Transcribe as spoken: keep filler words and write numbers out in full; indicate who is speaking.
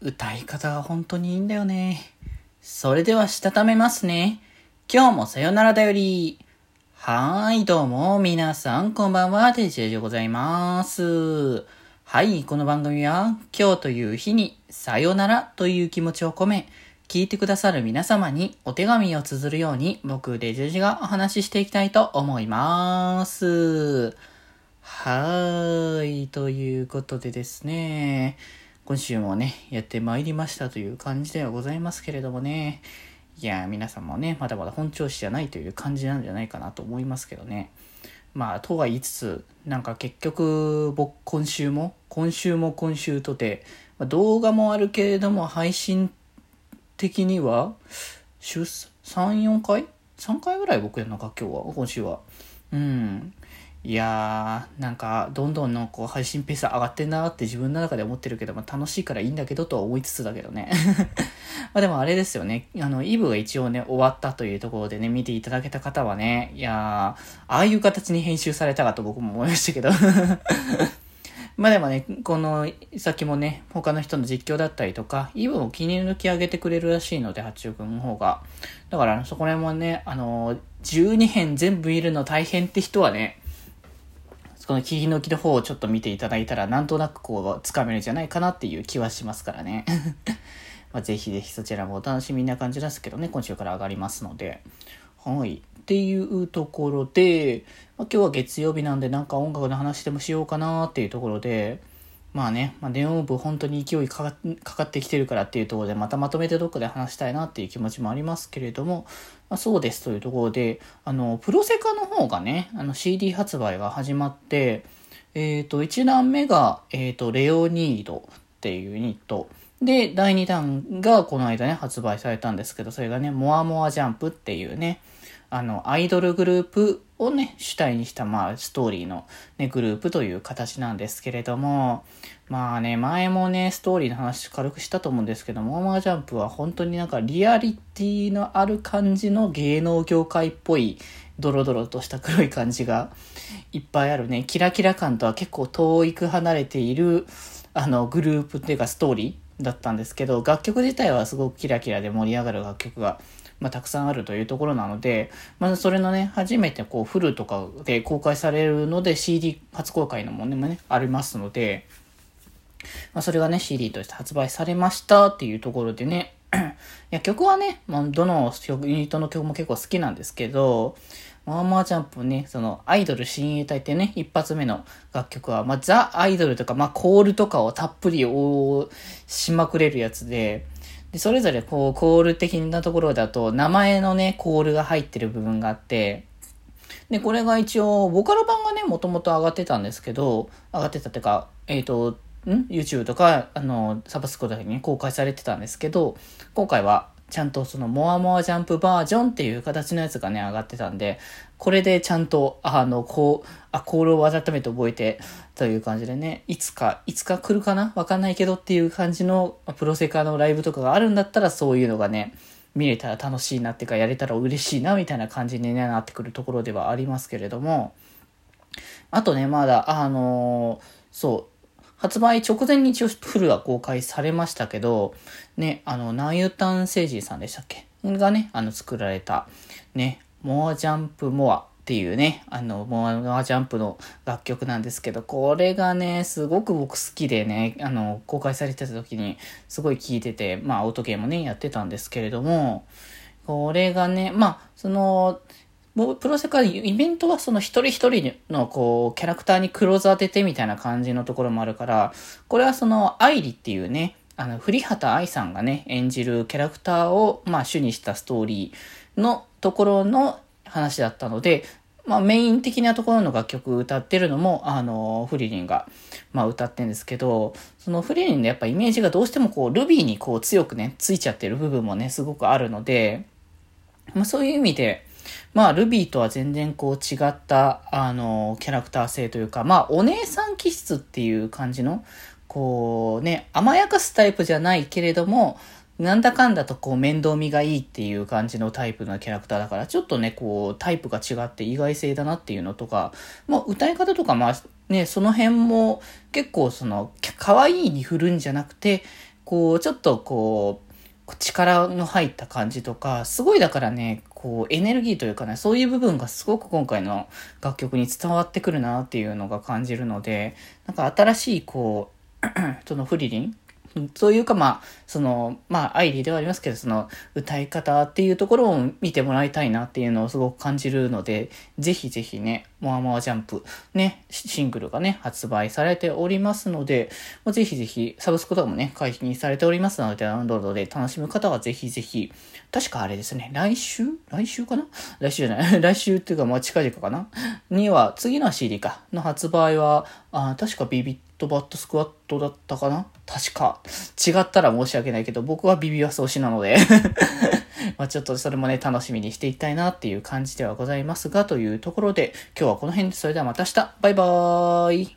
Speaker 1: 歌い方が本当にいいんだよね。それではしたためますね。今日もさよならだより。はーい、どうも、皆さん、こんばんは、デジェジでございます。はい、この番組は、今日という日に、さよならという気持ちを込め、聞いてくださる皆様にお手紙を綴るように、僕、デジェジがお話ししていきたいと思います。はーい、ということでですね、今週もね、やってまいりましたという感じではございますけれどもね。いや、皆さんもね、まだまだ本調子じゃないという感じなんじゃないかなと思いますけどね。まあ、とは言いつつ、なんか結局、僕、今週も、今週も今週とて、まあ、動画もあるけれども、配信的には、週さん、よんかい ?さん 回ぐらい僕やるのか、今日は、今週は。うん。いやー、なんか、どんどんのこう配信ペース上がってんなーって自分の中で思ってるけど、まあ、楽しいからいいんだけどとは思いつつだけどね。まあでもあれですよね。あの、イブが一応ね、終わったというところでね、見ていただけた方はね、いやー、ああいう形に編集されたかと僕も思いましたけど。まあでもね、この、さっきもね、他の人の実況だったりとか、イブを気に抜き上げてくれるらしいので、八中君の方が。だから、そこら辺もね、あの、じゅうにへん全部見るの大変って人はね、この切り抜きの方をちょっと見ていただいたら、なんとなくこう、つかめるんじゃないかなっていう気はしますからね。まあ、ぜひぜひそちらもお楽しみな感じですけどね、今週から上がりますので。はい。っていうところで、まあ、今日は月曜日なんでなんか音楽の話でもしようかなっていうところで、まあね、まあ、電音部本当に勢いかかかかってきてるからっていうところで、またまとめてどっかで話したいなっていう気持ちもありますけれども、まあ、そうですというところで、あの、プロセカの方がね、あの シーディー 発売が始まって、えっと、いちだんめが、えっと、レオニードっていうユニット。で、だいにだんがこの間ね、発売されたんですけど、それがね、モアモアジャンプっていうね、あの、アイドルグループをね、主体にした、まあ、ストーリーのね、グループという形なんですけれども、まあね、前もね、ストーリーの話軽くしたと思うんですけども、モアモアジャンプは本当になんかリアリティのある感じの芸能業界っぽい、ドロドロとした黒い感じがいっぱいあるね、キラキラ感とは結構遠いく離れている、あの、グループっていうかストーリーだったんですけど、楽曲自体はすごくキラキラで盛り上がる楽曲が、まあ、たくさんあるというところなので、まずそれのね、初めてこうフルとかで公開されるので シーディー 初公開のものもね、ありますので、まあ、それがね、シーディー として発売されましたっていうところでね、いや、曲はね、まあ、どのユニットの曲も結構好きなんですけど、モアモアジャンプね、そのアイドル親衛隊ってね、一発目の楽曲は、まあ、ザ・アイドルとか、まあ、コールとかをたっぷり応しまくれるやつで、で、それぞれこう、コール的なところだと、名前のね、コールが入ってる部分があって、で、これが一応、ボカロ版がね、もともと上がってたんですけど、上がってたっていうか、えっと、ん ?YouTube とか、あの、サブスクとかに、ね、公開されてたんですけど、今回は、ちゃんとその、モアモアジャンプバージョンっていう形のやつがね、上がってたんで、これでちゃんと、あの、こう、あ、コールを改めて覚えて、という感じでね、いつか、いつか来るかなわかんないけどっていう感じの、プロセカのライブとかがあるんだったら、そういうのがね、見れたら楽しいなっていうか、やれたら嬉しいなみたいな感じに、ね、なってくるところではありますけれども、あとね、まだ、あのー、そう、発売直前に一応フルは公開されましたけど、ね、あの、ナユタンセイジーさんでしたっけがね、あの、作られた、ね、モアジャンプモアっていうね、あの、モアジャンプの楽曲なんですけど、これがね、すごく僕好きでね、あの、公開されてた時にすごい聴いてて、まあ、オートゲームね、やってたんですけれども、これがね、まあ、その、プロセカイベントはその一人一人のこうキャラクターにクローズ当ててみたいな感じのところもあるから、これはその愛理っていうね、あの、栗畑愛さんがね、演じるキャラクターをまあ主にしたストーリーのところの話だったので、まあメイン的なところの楽曲歌ってるのも、あの、フリリンが、まあ歌ってるんですけど、そのフリリンのやっぱイメージがどうしてもこう、ルビーにこう強くね、ついちゃってる部分もね、すごくあるので、まあそういう意味で、まあ、ルビーとは全然こう違った、あの、キャラクター性というか、まあ、お姉さん気質っていう感じの、こうね、甘やかすタイプじゃないけれども、なんだかんだとこう面倒見がいいっていう感じのタイプのキャラクターだから、ちょっとね、こう、タイプが違って意外性だなっていうのとか、まあ、歌い方とか、まあ、ね、その辺も結構その、可愛いに振るんじゃなくて、 こう、ちょっとこう、力の入った感じとか、すごいだからね、こう、エネルギーというかね、そういう部分がすごく今回の楽曲に伝わってくるなっていうのが感じるので、なんか新しいこう、そのフリリンというか、まあ、その、まあ、アイリーではありますけど、その、歌い方っていうところを見てもらいたいなっていうのをすごく感じるので、ぜひぜひね、モアモアジャンプ、ね、シングルがね、発売されておりますので、ぜひぜひ、サブスクとかもね、解禁されておりますので、ダウンロードで楽しむ方はぜひぜひ、確かあれですね、来週来週かな来週じゃない来週っていうか、まあ、近々かなには、次の シーディー か、の発売は、あ確かビビットバットスクワットだったかな確か。違ったら申し訳ないけど、僕はビビバス推しなのでまあちょっとそれもね、楽しみにしていきたいなっていう感じではございますが、というところで、今日はこの辺で、それではまた明日、バイバーイ。